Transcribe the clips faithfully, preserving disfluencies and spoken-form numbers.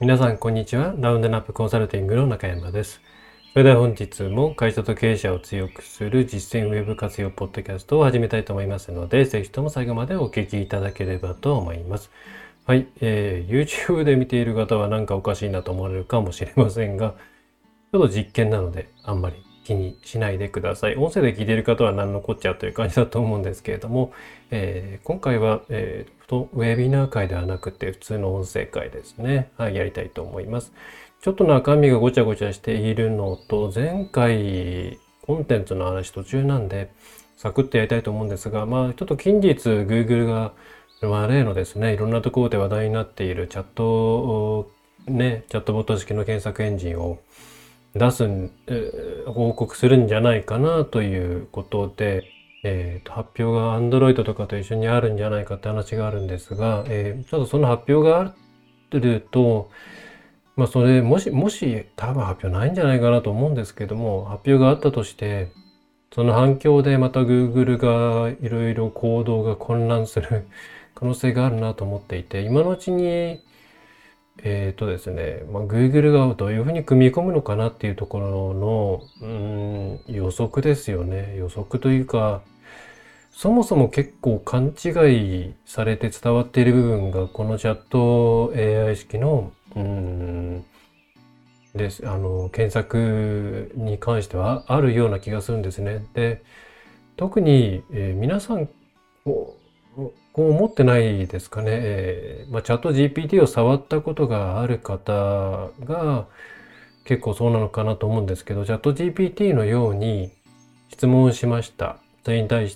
皆さん、こんにちは。ラウンドナップコンサルティングの中山です。それでは本日も会社と経営者を強くする実践ウェブ活用ポッドキャストを始めたいと思いますので、ぜひとも最後までお聞きいただければと思います。はい、えー、YouTube で見ている方は何かおかしいなと思われるかもしれませんが、ちょっと実験なのであんまり気にしないでください。音声で聞いている方は何のこっちゃという感じだと思うんですけれども、えー、今回は、えー、とウェビナー会ではなくて普通の音声会ですね。はい、やりたいと思います。ちょっと中身がごちゃごちゃしているのと、前回コンテンツの話途中なんで、サクッとやりたいと思うんですが、まあちょっと近日 Google が、まあ、例のですね、いろんなところで話題になっているチャット、ね、チャットボット式の検索エンジンを出す、えー、報告するんじゃないかなということで、えー、と発表が Android とかと一緒にあるんじゃないかって話があるんですが、えー、ちょっとその発表があると、まあそれもし、もし多分発表ないんじゃないかなと思うんですけども、発表があったとして、その反響でまた Google がいろいろ行動が混乱する可能性があるなと思っていて、今のうちにえーとですね、まあ、Google がどういうふうに組み込むのかなっていうところの、うーん、予測ですよね。予測というか、そもそも結構勘違いされて伝わっている部分が、このチャット エーアイ 式の、うーん、です。あの、検索に関してはあるような気がするんですね。で、特に、えー皆さん、こうこう思ってないですかね。えーまあ、チャット ジーピーティー を触ったことがある方が結構そうなのかなと思うんですけど、チャット ジーピーティー のように質問をしました。それに対して、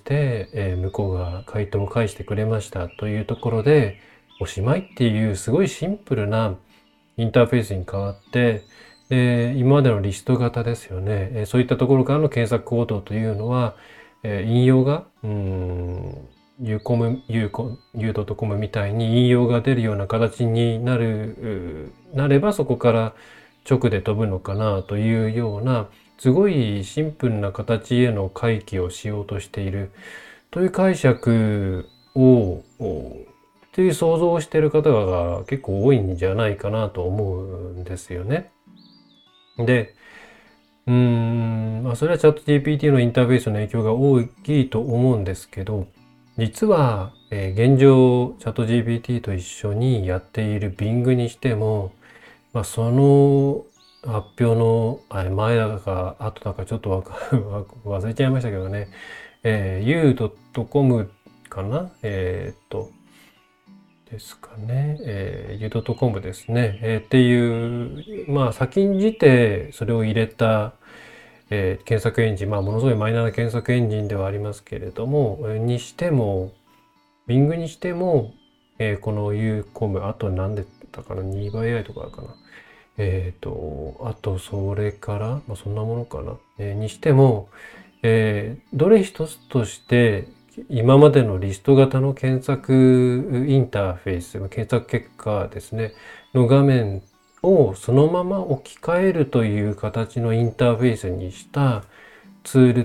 えー向こうが回答を返してくれましたというところで、おしまいっていうすごいシンプルなインターフェースに変わって、で今までのリスト型ですよね。えーそういったところからの検索行動というのは、えー引用が、うーん、ユーコム、ユーコ、ユードットコムみたいに引用が出るような形になる、うなればそこから直で飛ぶのかなというような、すごいシンプルな形への回帰をしようとしているという解釈を、という想像をしている方が結構多いんじゃないかなと思うんですよね。で、うーん、まあ、それはチャット ジーピーティー のインターフェースの影響が大きいと思うんですけど、実は、えー現状、チャット ジーピーティー と一緒にやっている Bing にしても、まあ、その発表のあ前だか後だかちょっとわか忘れちゃいましたけどね、えー、ユードットコム かなえーっと、ですかね。えー、ユードットコム ですね。えーっていう、まあ先んじてそれを入れた、えー検索エンジン、まあものすごいマイナーな検索エンジンではありますけれども、えーにしても、Bing にしても、えーこの ユーコム、あと何でだったかな、にばい エーアイ とかかな。えっと、あとそれから、まあそんなものかな。えーにしても、えーどれ一つとして今までのリスト型の検索インターフェース、検索結果ですね、の画面をそのまま置き換えるという形のインターフェースにしたツールって、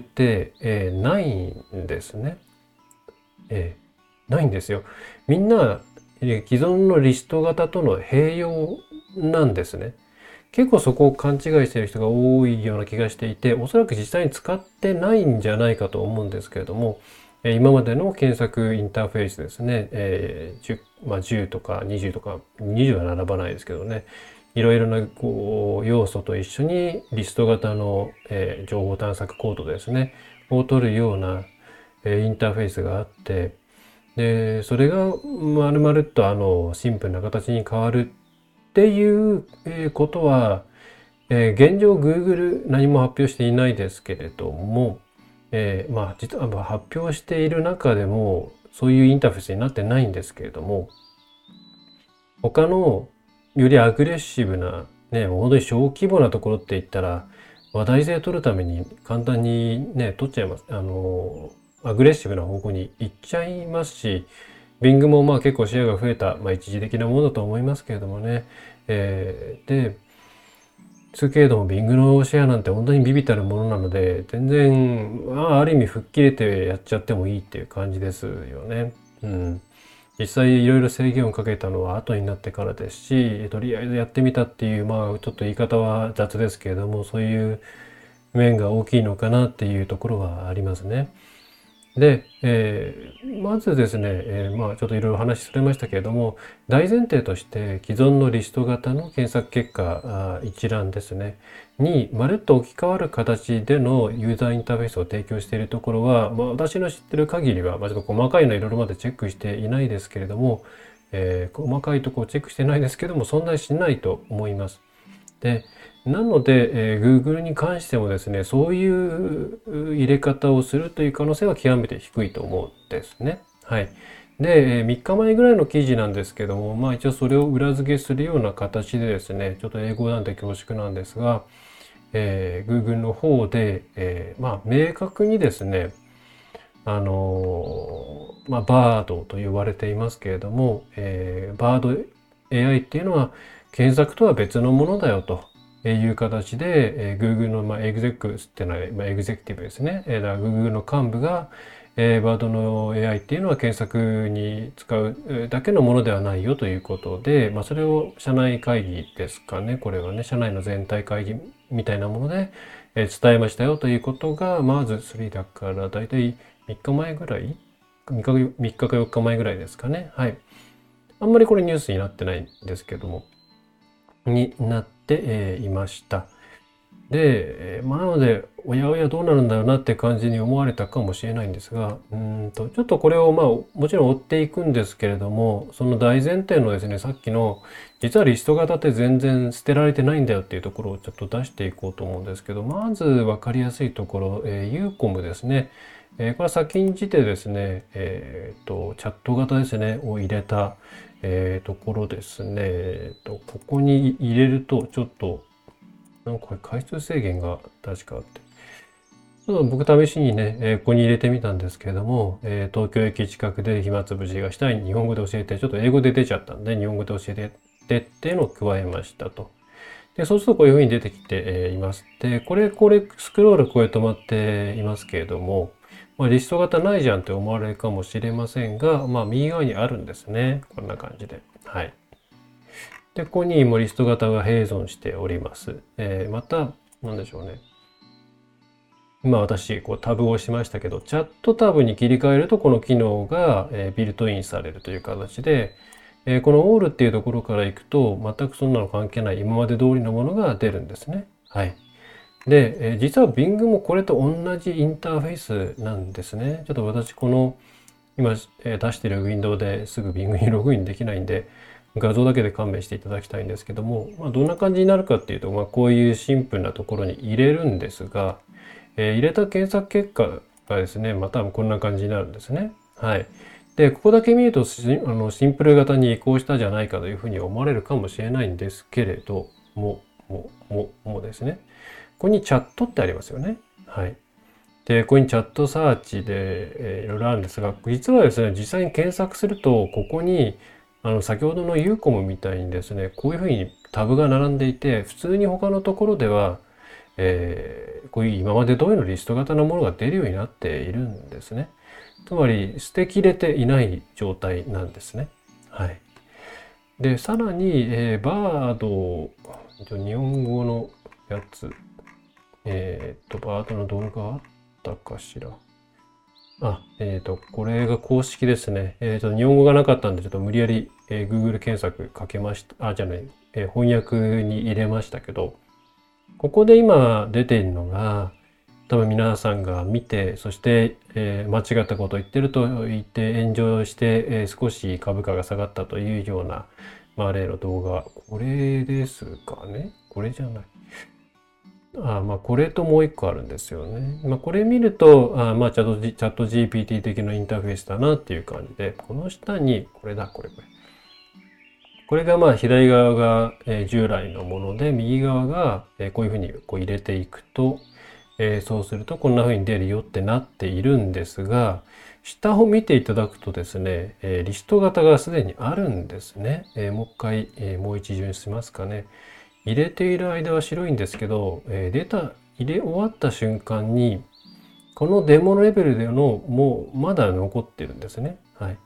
えーないんですね。えーないんですよ。みんな、えー既存のリスト型との併用なんですね。結構そこを勘違いしている人が多いような気がしていて、おそらく実際に使ってないんじゃないかと思うんですけれども、えー今までの検索インターフェースですね、えーじゅう、まあ、じゅうとかにじゅうとか、にじゅうは並ばないですけどね、いろいろなこう要素と一緒にリスト型の、えー情報探索コードですね、を取るような、えーインターフェースがあって、で、それが丸々とあのシンプルな形に変わるっていうえーことは、えー現状 Google 何も発表していないですけれども、えーまあ実はまあ発表している中でもそういうインターフェースになってないんですけれども、他のよりアグレッシブなね、もう本当に小規模なところって言ったら話題性取るために簡単にね、取っちゃいます。あの、アグレッシブな方向に行っちゃいますし、Bing もまあ結構シェアが増えた、まあ一時的なものだと思いますけれどもね。えーで、ツーケー でも Bing のシェアなんて本当に微々たるものなので、全然、まあ、ある意味吹っ切れてやっちゃってもいいっていう感じですよね。うん。 実際いろいろ制限をかけたのは後になってからですし、とりあえずやってみたっていう、まあちょっと言い方は雑ですけれども、そういう面が大きいのかなっていうところはありますね。で、えー、まずですね、えー、まあちょっといろいろ話しされましたけれども、大前提として既存のリスト型の検索結果一覧ですねにまるっと置き換わる形でのユーザーインターフェースを提供しているところは、まあ、私の知ってる限りは、まあ、ちょっと細かいのいろいろまでチェックしていないですけれども、えー、細かいところをチェックしてないですけども存在しないと思います。でなので、えー、Google に関してもですね、そういう入れ方をするという可能性は極めて低いと思うんですね。はい。で、えー、みっかまえぐらいの記事なんですけども、まあ一応それを裏付けするような形でですね、ちょっと英語なんで恐縮なんですが、えー、Google の方で、えー、まあ明確にですね、あのー、まあバードと呼ばれていますけれども、えー、バード エーアイ っていうのは検索とは別のものだよと。いう形で、えー、Google の、まあ、エグゼックスっていうのは、まあ、エグゼクティブですね。えー、だから Google の幹部が、えー、バードの エーアイ っていうのは検索に使うだけのものではないよということで、まあ、それを社内会議ですかね。これはね、社内の全体会議みたいなもので、えー、伝えましたよということが、まずさんだからだいたいみっかまえぐらい ?みっかかよっかまえぐらいですかね。はい。あんまりこれニュースになってないんですけども。になって、えー、いました。で、まあ、なので、おやおやどうなるんだろうなって感じに思われたかもしれないんですが、うんと、ちょっとこれをまあ、もちろん追っていくんですけれども、その大前提のですね、さっきの、実はリスト型って全然捨てられてないんだよっていうところをちょっと出していこうと思うんですけど、まず分かりやすいところ、えー、ユーコムですね。えー、これは先んじてですね、えっと、チャット型ですね、を入れた、えー、ところですね、えー、とここに入れるとちょっとなんか回数制限が確かあってちょっと僕試しにね、えー、ここに入れてみたんですけれども、えー、東京駅近くで暇つぶしがしたい日本語で教えてちょっと英語で出ちゃったんで日本語で教えてってっていうのを加えましたと。でそうするとこういうふうに出てきて、えー、います。でこれこれスクロールこれ止まっていますけれども、まあ、リスト型ないじゃんって思われるかもしれませんが、まあ、右側にあるんですね。こんな感じで。はい。で、ここにもリスト型が併存しております。えー、また、なんでしょうね。今私、こうタブを押しましたけど、チャットタブに切り替えると、この機能が、えー、ビルトインされるという形で、えー、このオールっていうところから行くと、全くそんなの関係ない今まで通りのものが出るんですね。はい。で、えー、実は Bing もこれと同じインターフェースなんですね。ちょっと私、この今、えー、出しているウィンドウですぐ Bing にログインできないんで、画像だけで勘弁していただきたいんですけども、まあ、どんな感じになるかっていうと、まあ、こういうシンプルなところに入れるんですが、えー、入れた検索結果がですね、まあ多分こんな感じになるんですね。はい。で、ここだけ見るとシあのシンプル型に移行したじゃないかというふうに思われるかもしれないんですけれども、も、も、もですね。ここにチャットってありますよね。はい。で、ここにチャットサーチで、えー、いろいろあるんですが、実はですね、実際に検索すると、ここに、あの、先ほどのユーコムみたいにですね、こういうふうにタブが並んでいて、普通に他のところでは、えー、こういう今まで通りのリスト型のものが出るようになっているんですね。つまり、捨てきれていない状態なんですね。はい。で、さらに、えー、バード、日本語のやつ、えっ、と、バードの動画あったかしら。あ、えっ、と、これが公式ですね。えっ、と、日本語がなかったんで、ちょっと無理やり、えー、Google 検索かけました。あ、じゃない、えー、翻訳に入れましたけど、ここで今出ているのが、多分皆さんが見て、そして、えー、間違ったことを言ってると言って炎上して、えー、少し株価が下がったというような、まあ、例の動画。これですかね。これじゃない。あまあ、これともう一個あるんですよね。まあ、これ見ると、あまあ、チャット、チャット ジーピーティー 的なインターフェースだなっていう感じで、この下に、これだ、これこれ。これがまあ左側が従来のもので、右側がこういうふうにこう入れていくと、そうするとこんなふうに出るよってなっているんですが、下を見ていただくとですね、リスト型がすでにあるんですね。もう一回、もう一巡しますかね。入れている間は白いんですけど、出た、入れ終わった瞬間に、このデモレベルでのもうまだ残ってるんですね。はい。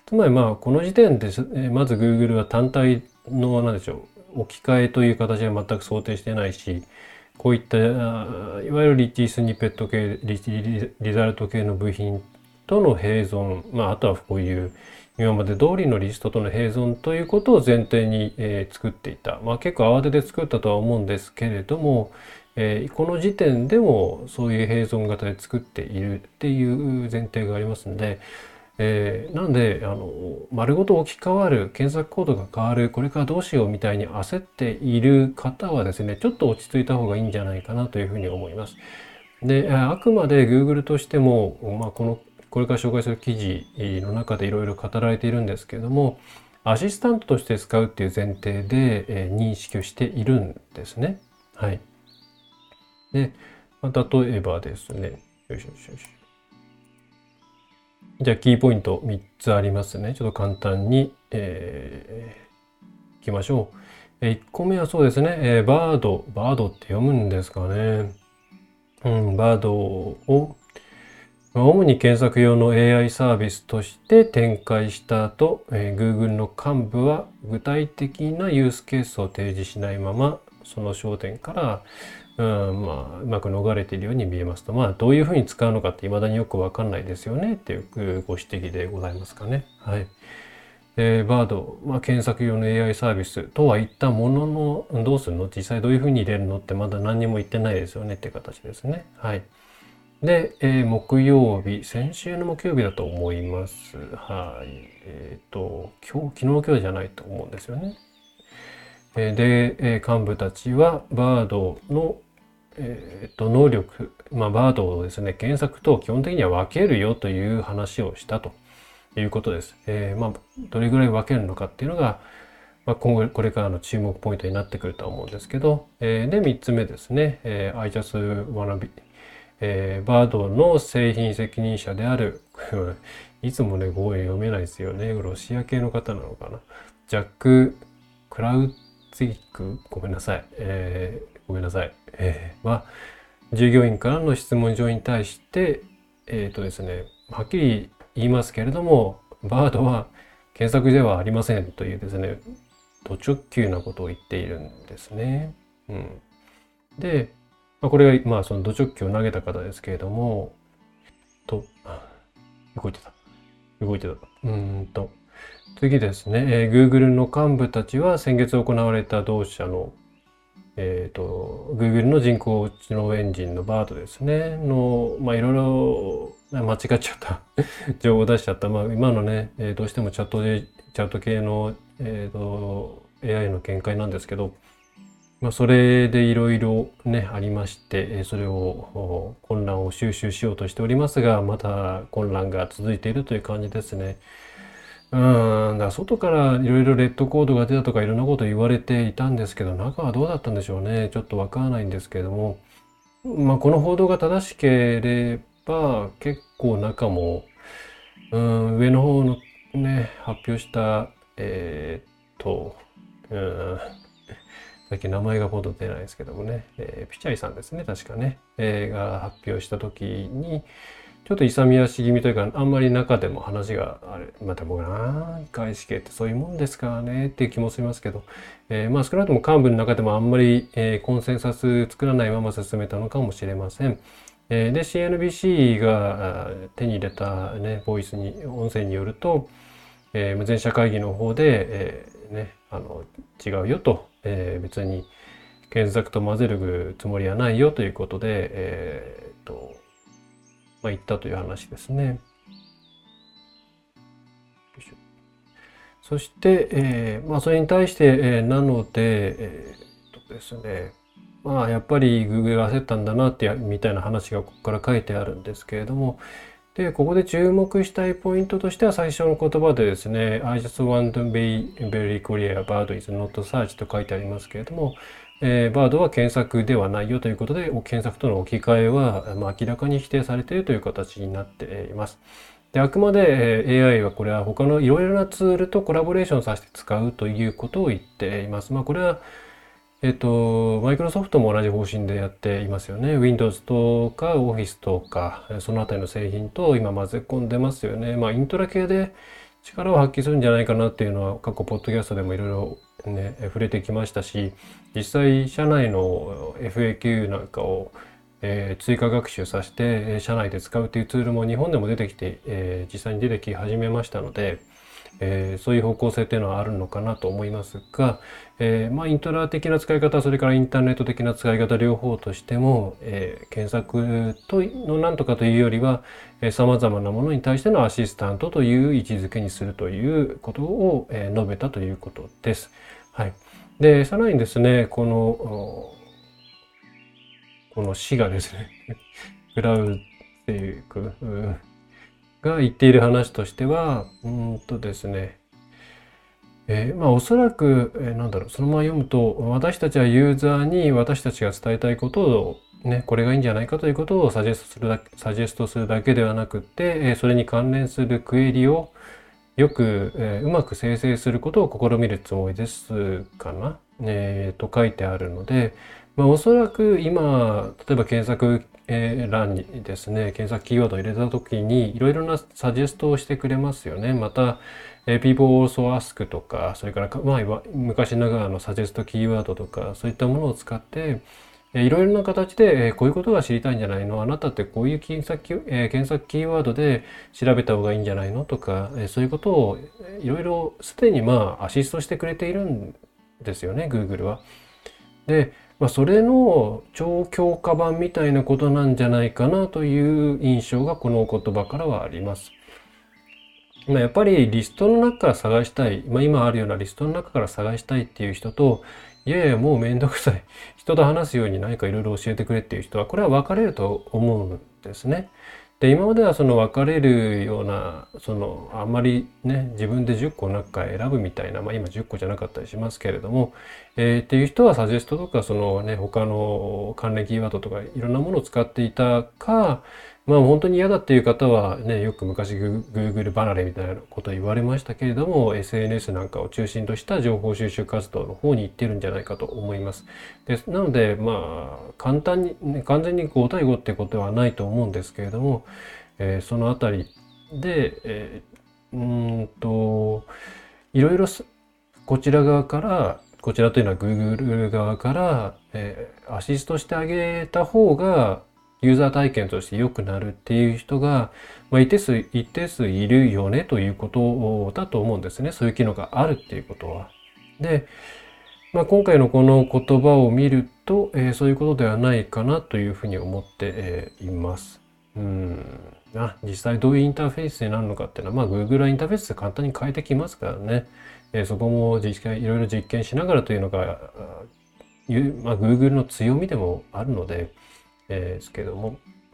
つまりまあこの時点でまず Google は単体の何でしょう置き換えという形は全く想定してないし、こういったいわゆるリッチスニペット系リリリザルト系の部品との併存、まあ、あとはこういう今まで通りのリストとの併存ということを前提に、えー、作っていた、まあ、結構慌てて作ったとは思うんですけれども、えー、この時点でもそういう併存型で作っているっていう前提がありますので、えー、なのであの丸ごと置き換わる、検索コードが変わる、これからどうしようみたいに焦っている方はですね、ちょっと落ち着いた方がいいんじゃないかなというふうに思います。で、あくまで Google としても、まあ、このこれから紹介する記事の中でいろいろ語られているんですけれども、アシスタントとして使うっていう前提で、えー、認識をしているんですね。はい。で、まあ、例えばですね、よいしょよいしょよいしょ。じゃあキーポイントみっつありますね。ちょっと簡単に、えー、いきましょう。いっこめはそうですね、えー、バード、バードって読むんですかね。うん、バードを主に検索用の エーアイ サービスとして展開した後、えー、Google の幹部は具体的なユースケースを提示しないまま、その焦点から、うん、まあ、うまく逃れているように見えますと、まあ、どういうふうに使うのかって未だによくわかんないですよねっていうご指摘でございますかね。はい。えー、バード、まあ、検索用の エーアイ サービスとは言ったものの、どうするの？実際どういうふうに入れるのってまだ何にも言ってないですよねって形ですね。はい。で、えー、木曜日、先週の木曜日だと思います。はい。えっ、ー、と、今日、昨日今日じゃないと思うんですよね。えー、で、えー、幹部たちはバードの、えー、と能力、まあ、バードをですね、検索と基本的には分けるよという話をしたということです。えー、まあ、どれぐらい分けるのかっていうのが、まあ、今後これからの注目ポイントになってくるとは思うんですけど、えー、で、みっつめですね、えー、I just wanna beえー、バードの製品責任者であるいつもね、語彙読めないですよね。ロシア系の方なのかな。ジャック・クラウツィック、ごめんなさい。えー、ごめんなさい。えー、は、従業員からの質問状に対して、えっとですね、はっきり言いますけれども、バードは検索ではありませんというですね、ド直球なことを言っているんですね。うん。で、まあ、これが、まあ、そのド直球を投げた方ですけれども、と、動いてた。動いてた。うーんと、次ですね、えー、Google の幹部たちは先月行われた同社の、えっと、Google の人工知能エンジンのバードですね、の、まあ、いろいろ間違っちゃった情報を出しちゃった。まあ、今のね、えー、どうしてもチャットで、チャット系の、えっと、エーアイ の見解なんですけど、まあ、それでいろいろね、ありまして、それを混乱を収集しようとしておりますが、また混乱が続いているという感じですね。うん、だから外からいろいろレッドコードが出たとかいろんなこと言われていたんですけど、中はどうだったんでしょうね。ちょっとわからないんですけれども、まあ、この報道が正しければ、結構中も、うん、上の方のね、発表した、えー、っと、うんさっき名前がポンと出ないですけどもね、えー、ピチャイさんですね、確かね、えー、が発表した時に、ちょっと勇み足気味というか、あんまり中でも話があれ、また僕な、外資系ってそういうもんですからねっていう気もしますけど、えー、まあ少なくとも幹部の中でもあんまり、えー、コンセンサス作らないまま進めたのかもしれません。えー、で、シーエヌビーシー が手に入れたね、ボイスに、音声によると、えー、全社会議の方で、えー、ね、あの、違うよと、えー、別に検索と混ぜるつもりはないよということで、えー、と、まあ、言ったという話ですね。そして、えー、まあ、それに対して、えー、なので、えー、とですね、まあ、やっぱり Google が焦ったんだなってみたいな話がここから書いてあるんですけれども、で、ここで注目したいポイントとしては最初の言葉でですね、I just want to be very clear, bird is not search と書いてありますけれども、えー、バードは検索ではないよということで、検索との置き換えは、まあ、明らかに否定されているという形になっています。で、あくまで エーアイ はこれは他のいろいろなツールとコラボレーションさせて使うということを言っています。まあ、これはえっと、マイクロソフトも同じ方針でやっていますよね。Windows とか Office とか、そのあたりの製品と今混ぜ込んでますよね。まあ、イントラ系で力を発揮するんじゃないかなっていうのは過去ポッドキャストでもいろいろね触れてきましたし、実際社内の エフエーキュー なんかを、えー、追加学習させて社内で使うっていうツールも日本でも出てきて、えー、実際に出てき始めましたので、えー、そういう方向性っていうのはあるのかなと思いますが、えー、まあイントラ的な使い方、それからインターネット的な使い方両方としても、えー、検索とのなんとかというよりは、さまざまなものに対してのアシスタントという位置づけにするということを、えー、述べたということです。はい。で、さらにですね、この、この死がですね、クラウディクが言っている話としては、うんとですね、えー、まあおそらく、えー、なんだろう、そのまま読むと、私たちはユーザーに私たちが伝えたいことをね、これがいいんじゃないかということをサジェストするだけ、サジェストするだけではなくて、えー、それに関連するクエリをよく、えー、うまく生成することを試みるつもりですかな、えー、と書いてあるので、まあ、おそらく今、例えば検索、えー、欄にですね、検索キーワードを入れたときに、いろいろなサジェストをしてくれますよね。また、えー、People also ask とか、それから、まあ、昔ながらのサジェストキーワードとか、そういったものを使って、いろいろな形で、こういうことが知りたいんじゃないの、あなたってこういう検索、えー、検索キーワードで調べた方がいいんじゃないのとか、そういうことをいろいろすでにまあアシストしてくれているんですよね、Google は。で、まあ、それの超強化版みたいなことなんじゃないかなという印象がこの言葉からはあります。まあ、やっぱりリストの中から探したい、まあ、今あるようなリストの中から探したいっていう人と、いやいやもうめんどくさい、人と話すように何かいろいろ教えてくれっていう人は、これは分かれると思うんですね。で、今まではその分かれるような、そのあんまりね、自分でじゅっこの中から選ぶみたいな、まあ今じゅっこじゃなかったりしますけれども、えー、っていう人はサジェストとかそのね、他の関連キーワードとかいろんなものを使っていたか、まあ本当に嫌だっていう方はね、よく昔 Google 離れみたいなこと言われましたけれども、エスエヌエス なんかを中心とした情報収集活動の方に行ってるんじゃないかと思います。で、なので、まあ、簡単に、ね、完全にご対ごってことはないと思うんですけれども、えー、そのあたりで、えー、うーんと、いろいろこちら側から、こちらというのは Google 側から、えー、アシストしてあげた方が、ユーザー体験として良くなるっていう人が、まあ、一定数、一定数いるよねということだと思うんですね。そういう機能があるっていうことは。で、まあ、今回のこの言葉を見ると、えー、そういうことではないかなというふうに思って、えー、います。うん。あ、実際どういうインターフェースになるのかっていうのは、まあ、Google はインターフェースで簡単に変えてきますからね。えー、そこも実験、いろいろ実験しながらというのが、まあ、Google の強みでもあるので、えー、ですけども。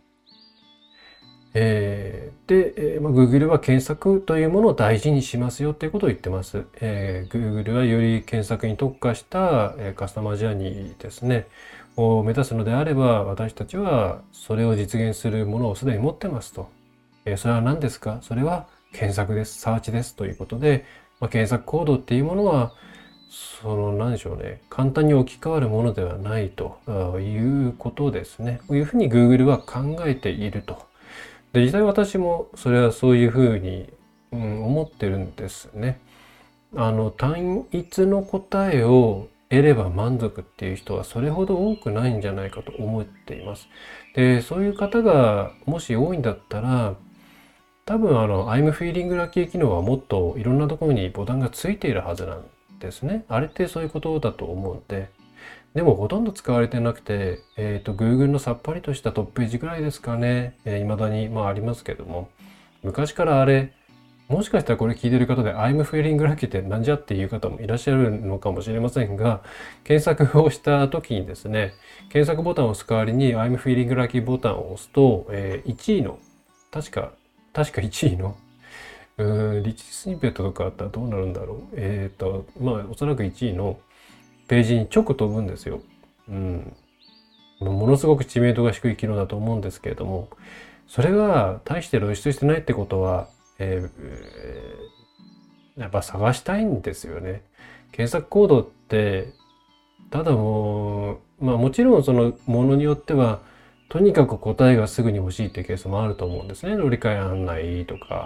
えー、で、えーまあ、Google は検索というものを大事にしますよっていうことを言ってます。えー、Google はより検索に特化した、えー、カスタマージャーニーですね、を目指すのであれば、私たちはそれを実現するものをすでに持ってますと。えー、それは何ですか？それは検索です。サーチです。ということで、まあ、検索コードっていうものは、その何でしょうね、簡単に置き換わるものではないということですね。こういうふうに Google は考えていると。で、実際私もそれはそういうふうに、うん、思ってるんですね。あの、単一の答えを得れば満足っていう人はそれほど多くないんじゃないかと思っています。で、そういう方がもし多いんだったら、多分あの、I'm feeling lucky 機能はもっといろんなところにボタンがついているはずなんですね。あれってそういうことだと思うんで。でもほとんど使われてなくて、えっと、Google のさっぱりとしたトップページぐらいですかね。えー、未だに、まあありますけども。昔からあれ、もしかしたらこれ聞いてる方で I'm feeling lucky ってなんじゃっていう方もいらっしゃるのかもしれませんが、検索をした時にですね、検索ボタンを押す代わりに I'm feeling lucky ボタンを押すと、えー、いちいの、確か、確かいちいの、うーん、リッチスニペットとかあったらどうなるんだろう。えっと、まあおそらくいちいのページに直飛ぶんですよ。うん。ものすごく知名度が低い機能だと思うんですけれども、それが大して露出してないってことは、えー、やっぱ探したいんですよね。検索コードって、ただもう、まあもちろんそのものによっては、とにかく答えがすぐに欲しいっていうケースもあると思うんですね。乗り換え案内とか、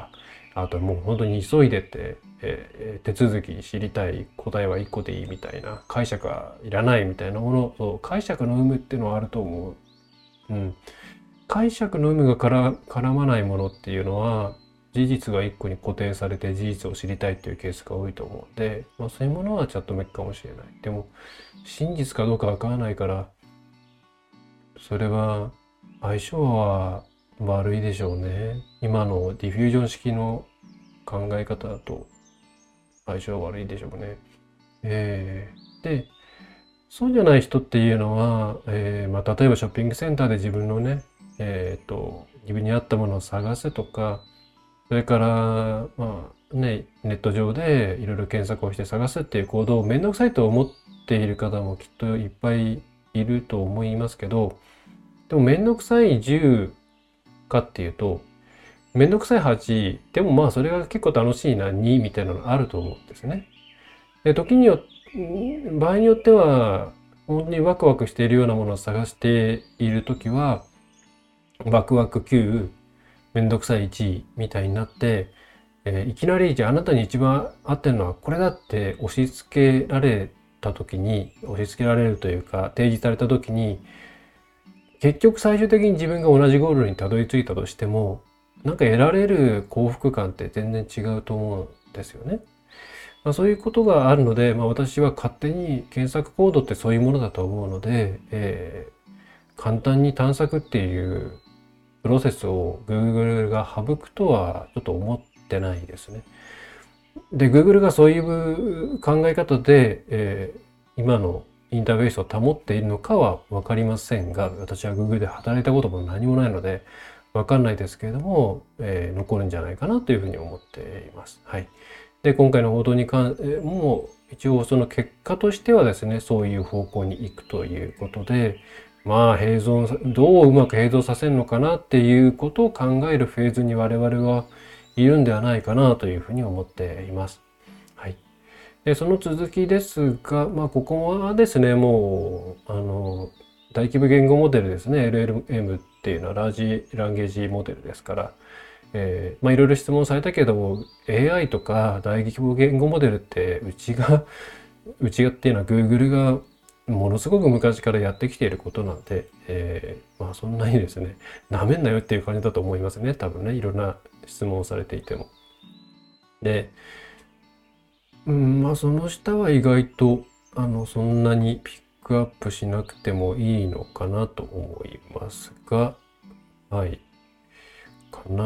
あともう本当に急いでて、えー、手続き知りたい答えはいっこでいいみたいな、解釈はいらないみたいなもの、そう解釈の有無っていうのはあると思う。うん、解釈の有無がから絡まないものっていうのは事実がいっこに固定されて事実を知りたいっていうケースが多いと思うんで、まあ、そういうものはチャットメックかもしれない。でも真実かどうかわからないから、それは相性は悪いでしょうね。今のディフュージョン式の考え方だと相性悪いでしょうね。えー、で、そうじゃない人っていうのは、えーまあ、例えばショッピングセンターで自分のね、えー、と自分に合ったものを探すとか、それから、まあね、ネット上でいろいろ検索をして探すっていう行動をめんどくさいと思っている方もきっといっぱいいると思いますけど、でもめんどくさいじゅうかっていうと、めんどくさいはち、でもまあそれが結構楽しいなにみたいなのあると思うんですね。で、時によ場合によっては本当にワクワクしているようなものを探しているときはワクワクきゅう、めんどくさいいちみたいになって、えーいきなりじゃああなたに一番合ってるのはこれだって押し付けられた時に、押し付けられるというか提示された時に、結局最終的に自分が同じゴールにたどり着いたとしても、なんか得られる幸福感って全然違うと思うんですよね。まあ、そういうことがあるので、まあ、私は勝手に検索コードってそういうものだと思うので、えー簡単に探索っていうプロセスを Google が省くとはちょっと思ってないですね。で、Google がそういう考え方で、えー今のインターフェースを保っているのかは分かりませんが、私は Google で働いたことも何もないので分かんないですけれども、えー残るんじゃないかなというふうに思っています。はい。で、今回の報道に関しても、一応その結果としてはですね、そういう方向に行くということで、まあ、併存、どううまく併存させるのかなっていうことを考えるフェーズに我々はいるんではないかなというふうに思っています。はい。で、その続きですが、まあ、ここはですね、もう、あの、大規模言語モデルですね、エルエルエム っていうのはラージランゲージモデルですから、えーまあいろいろ質問されたけども エーアイ とか大規模言語モデルってうちがうちがっていうのは Google がものすごく昔からやってきていることなんで、えーまあそんなにですねなめんなよっていう感じだと思いますね、多分ね、いろんな質問をされていても。で、うん、まあその下は意外とあのそんなにピックアップしなくてもいいのかなと思いますが、はい。かな、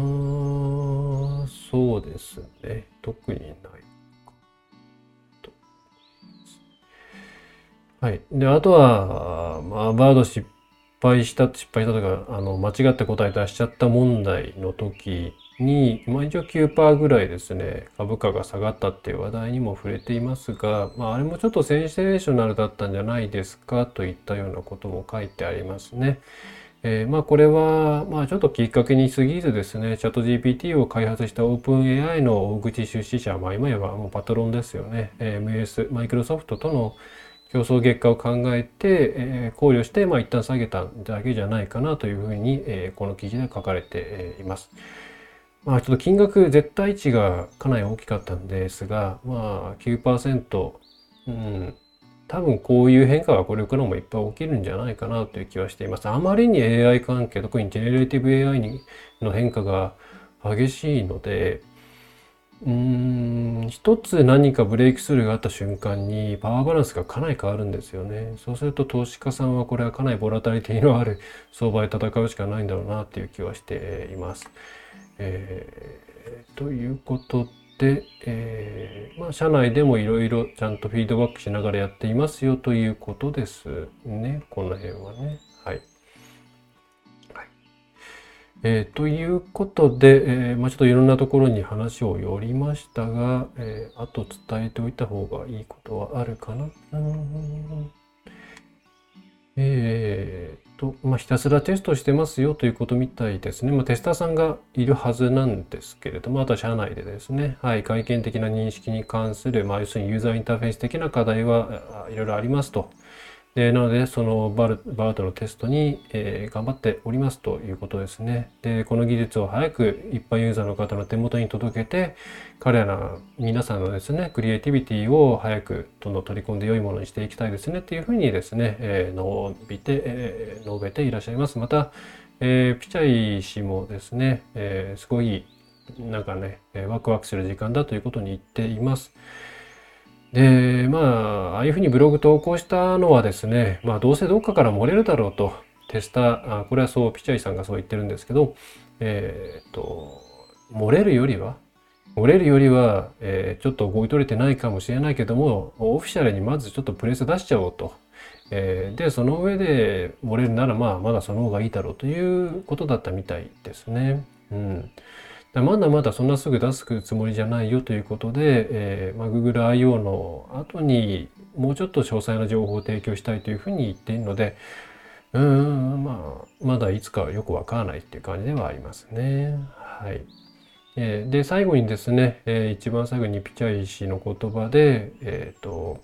そうですね。特にないと。はい。で、あとは、まあ、バード失敗した、失敗したとか、あの、間違って答え出しちゃった問題の時に、まあ一応きゅうパーセントぐらいですね、株価が下がったっていう話題にも触れていますが、まああれもちょっとセンセーショナルだったんじゃないですかといったようなことも書いてありますね。えーまあこれはまあちょっときっかけに過ぎずですね、チャット ジーピーティー を開発したオープン エーアイ の大口出資者、まあ今やもうパトロンですよね、えーエムエス、マイクロソフトとの競争結果を考えて、えー考慮して、まあ一旦下げただけじゃないかなというふうに、えーこの記事で書かれています。まあちょっと金額絶対値がかなり大きかったんですが、まあきゅうパーセント、うん、多分こういう変化がこれからもいっぱい起きるんじゃないかなという気はしています。あまりに エーアイ 関係、特にジェネレーティブ エーアイ にの変化が激しいので、うーん、一つ何かブレイクスルーがあった瞬間にパワーバランスがかなり変わるんですよね。そうすると投資家さんはこれはかなりボラタリティのある相場で戦うしかないんだろうなっていう気はしています。えーということで、えーまあ、社内でもいろいろちゃんとフィードバックしながらやっていますよということですね。この辺はね。はい。はい、えーということで、えーまあ、ちょっといろんなところに話を寄りましたが、えーあと伝えておいた方がいいことはあるかな。うーんえーと、まあ、ひたすらテストしてますよということみたいですね。まあ、テスターさんがいるはずなんですけれども、あとは社内でですね、はい、外見的な認識に関する、まあ、要するにユーザーインターフェース的な課題はあいろいろありますと。 で、なので、そのバル、バートのテストに、えー頑張っておりますということですね。で、この技術を早く一般ユーザーの方の手元に届けて、彼ら、皆さんのですね、クリエイティビティを早くどんどん取り込んで良いものにしていきたいですねっていうふうにですね、えー述べて、えー述べていらっしゃいます。また、えーピチャイ氏もですね、えーすごい、なんかね、えーワクワクする時間だということに言っています。で、まあ、ああいうふうにブログ投稿したのはですね、まあ、どうせどっかから漏れるだろうと、テスター、あ、これはそう、ピチャイさんがそう言ってるんですけど、えーっと、漏れるよりは、漏れるよりは、えーちょっと動い取れてないかもしれないけども、オフィシャルにまずちょっとプレス出しちゃおうと。えーで、その上で漏れるなら、まあ、まだその方がいいだろうということだったみたいですね。うん。だまだまだそんなすぐ出すつもりじゃないよということで、えーまあ、Google アイオー の後にもうちょっと詳細な情報を提供したいというふうに言っているので、うーん、まあ、まだいつかはよくわからないっていう感じではありますね。はい。えーで、最後にですね、えー一番最後にピチャイ氏の言葉で、えっと、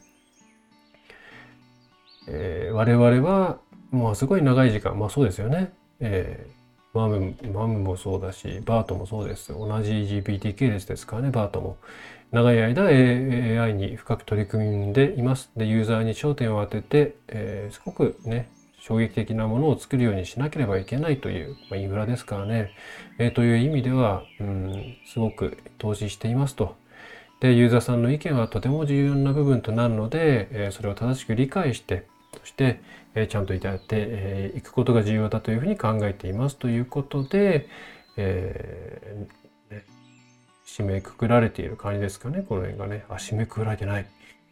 えー我々は、もうすごい長い時間、まあそうですよね。えーマム、マムもそうだし、バートもそうです。同じ ジーピーティー 系列ですからね、バートも。長い間 エーアイ に深く取り組んでいます。で、ユーザーに焦点を当てて、えーすごくね、衝撃的なものを作るようにしなければいけないという、まあ、インフラですからね、えーという意味では、うん、すごく投資していますと。で、ユーザーさんの意見はとても重要な部分となるので、えーそれを正しく理解して、そして、えーちゃんといただいてい、えーくことが重要だというふうに考えていますということで、えーね、締めくくられている感じですかね、この辺がね。あ、締めくくられてない。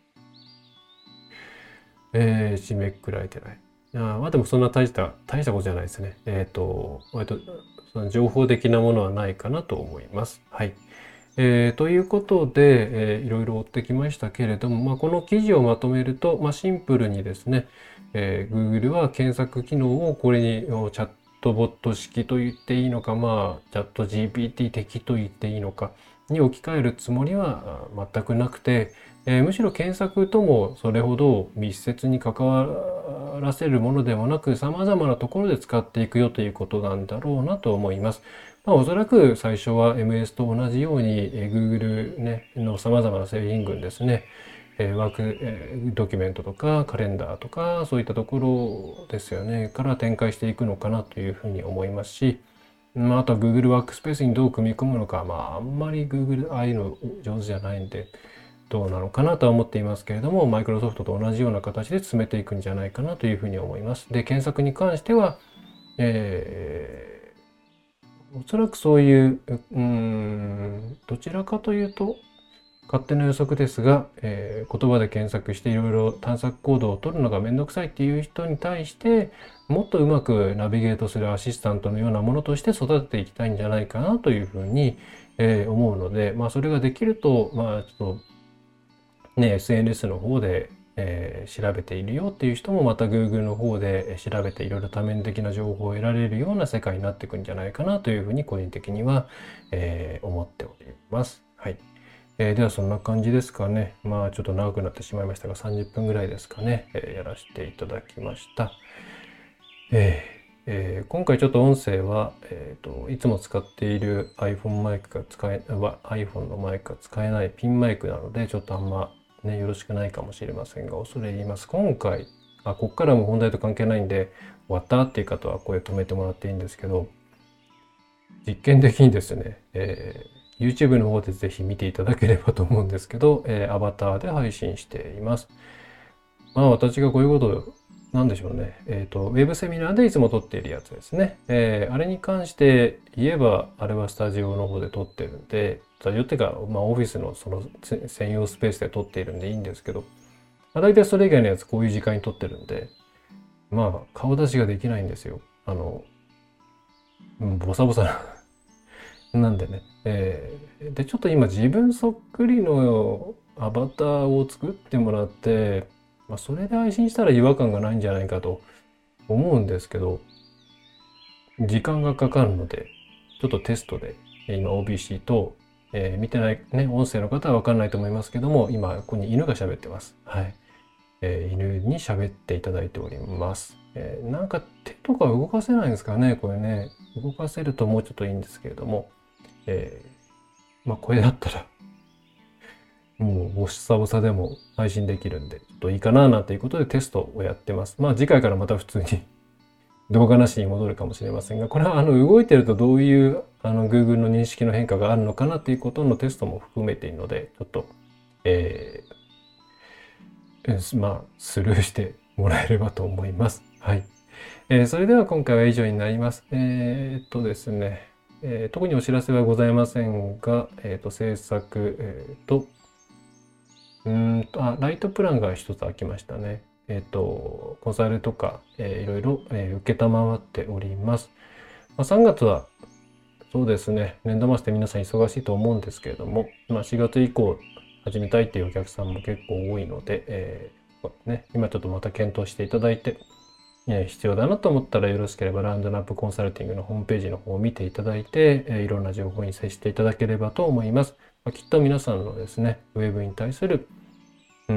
えー締めくくられてない。あーまあでもそんな大した、大したことじゃないですね。えっと、割と、その情報的なものはないかなと思います。はい。えーということで、えーいろいろ追ってきましたけれども、まあ、この記事をまとめると、まあ、シンプルにですね、えー Google は検索機能をこれにおチャットボット式と言っていいのか、まあ、チャット ジーピーティー 的と言っていいのかに置き換えるつもりはあ全くなくて、えーむしろ検索ともそれほど密接に関わらせるものでもなく、様々なところで使っていくよということなんだろうなと思います。まあ、おそらく最初は エムエス と同じように、えー Google ね、の様々な製品群ですね、えーワーク、えードキュメントとかカレンダーとかそういったところですよね、から展開していくのかなというふうに思いますし、まあ、あとは Google ワークスペースにどう組み込むのか、まあ、あんまり Google ああいうの上手じゃないんで、どうなのかなとは思っていますけれども、マイクロソフトと同じような形で進めていくんじゃないかなというふうに思います。で、検索に関しては、えーおそらくそういう、うーん、どちらかというと、勝手な予測ですが、えー言葉で検索していろいろ探索行動を取るのがめんどくさいっていう人に対して、もっとうまくナビゲートするアシスタントのようなものとして育てていきたいんじゃないかなというふうに、えー思うので、まあそれができると、まあちょっとね、エスエヌエス の方で、えー調べているよっていう人もまた Google の方で調べていろいろ多面的な情報を得られるような世界になっていくんじゃないかなというふうに個人的には、えー思っております。はい。えーではそんな感じですかね。まあちょっと長くなってしまいましたがさんじゅっぷんぐらいですかね、えーやらせていただきました。えーえー今回ちょっと音声は、えーと、いつも使っている iPhone マイクが使え、は iPhone のマイクが使えないピンマイクなので、ちょっとあんまね、よろしくないかもしれませんが、恐れ入ります。今回、あ、こっからも本題と関係ないんで、終わったっていう方は声止めてもらっていいんですけど、実験的にですね、えー YouTube の方でぜひ見ていただければと思うんですけど、えーアバターで配信しています。まあ私がこういうことなんでしょうね。えっと、ウェブセミナーでいつも撮っているやつですね。えーあれに関して言えば、あれはスタジオの方で撮ってるんで、スタジオっていうか、まあオフィスのそのせ専用スペースで撮っているんでいいんですけど、まあ、大体それ以外のやつこういう時間に撮ってるんで、まあ顔出しができないんですよ。あの、うんボサボサな。なんでね。えーで、ちょっと今自分そっくりのアバターを作ってもらって、まあそれで配信したら違和感がないんじゃないかと思うんですけど、時間がかかるので、ちょっとテストで、えー今 オービーシー と、えー見てないね、音声の方はわかんないと思いますけども、今ここに犬が喋ってます。はい。 えー、犬に喋っていただいております。えー、なんか手とか動かせないんですかね、これね。動かせるともうちょっといいんですけれども、えー、まあこれだったらもうボッサボサでも配信できるんで、ちょっといいかななんていうことでテストをやってます。まあ次回からまた普通に動画なしに戻るかもしれませんが、これはあの動いてるとどういうあの Google の認識の変化があるのかなということのテストも含めているので、ちょっと、えー、まあスルーしてもらえればと思います。はい。えー、それでは今回は以上になります。えー、っとですね、えー、特にお知らせはございませんが、えー、っと制作、えー、っと、うーんと、あ、ライトプランが一つ空きましたね。えっと、コンサルとか、えー、いろいろ、えー、受けたまわっております。まあ、さんがつは、そうですね、年度末で皆さん忙しいと思うんですけれども、まあ、しがつ以降始めたいっていうお客さんも結構多いので、えーね、今ちょっとまた検討していただいて、えー、必要だなと思ったらよろしければラウンドナップコンサルティングのホームページの方を見ていただいて、えー、いろんな情報に接していただければと思います。まあ、きっと皆さんのですね、ウェブに対するうん、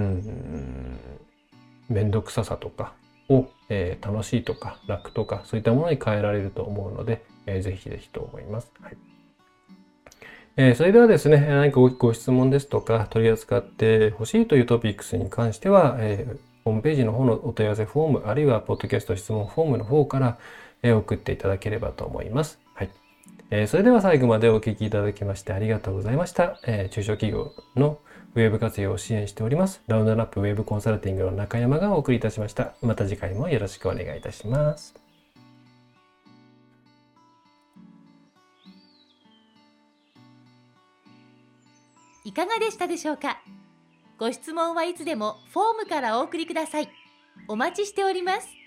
めんどくささとかを、えー、楽しいとか楽とかそういったものに変えられると思うので、えー、ぜひぜひと思います。はい。えー、それではですね、何かご質問ですとか取り扱ってほしいというトピックスに関しては、えー、ホームページの方のお問い合わせフォームあるいはポッドキャスト質問フォームの方から、えー、送っていただければと思います。はい。えー、それでは最後までお聞きいただきましてありがとうございました。えー、中小企業のウェブ活用を支援しております。ラウンドナップウェブコンサルティングの中山がお送りいたしました。また次回もよろしくお願いいたします。 いかがでしたでしょうか。ご質問はいつでもフォームからお送りください。お待ちしております。